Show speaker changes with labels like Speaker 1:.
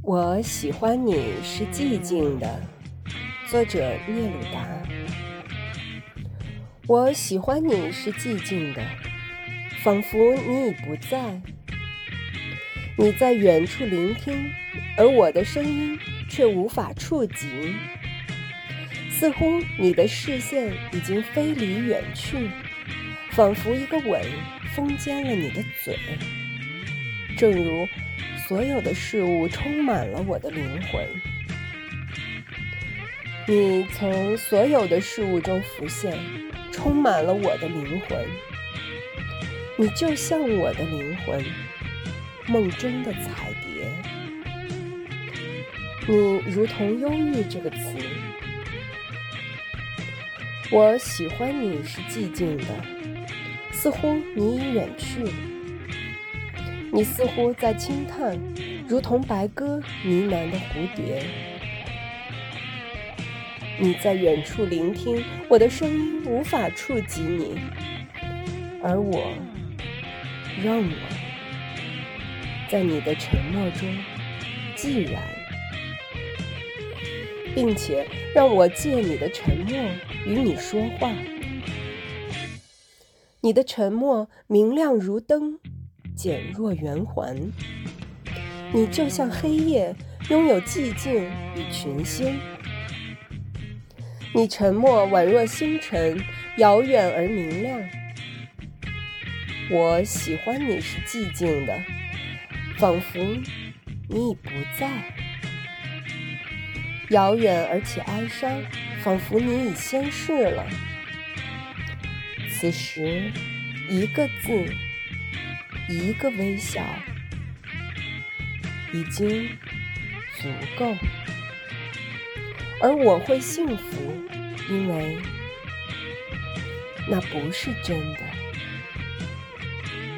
Speaker 1: 我喜欢你是寂静的，作者聂鲁达。我喜欢你是寂静的，仿佛你已不在。你在远处聆听，而我的声音却无法触及。似乎你的视线已经飞离远去，仿佛一个吻封缄了你的嘴。正如所有的事物充满了我的灵魂，你从所有的事物中浮现，充满了我的灵魂。你就像我的灵魂，梦中的彩蝶。你如同忧郁这个词。我喜欢你是寂静的，似乎你已远去。你似乎在轻叹，如同白鸽呢喃的蝴蝶。你在远处聆听，我的声音无法触及你，而我让我在你的沉默中寂然，并且让我借你的沉默与你说话。你的沉默明亮如灯，减弱圆环。你就像黑夜，拥有寂静与群星。你沉默宛若星辰，遥远而明亮。我喜欢你是寂静的，仿佛你已不在。遥远而且哀伤，仿佛你已仙逝了。此时，一个字，一个微笑，已经足够，而我会幸福，因为那不是真的。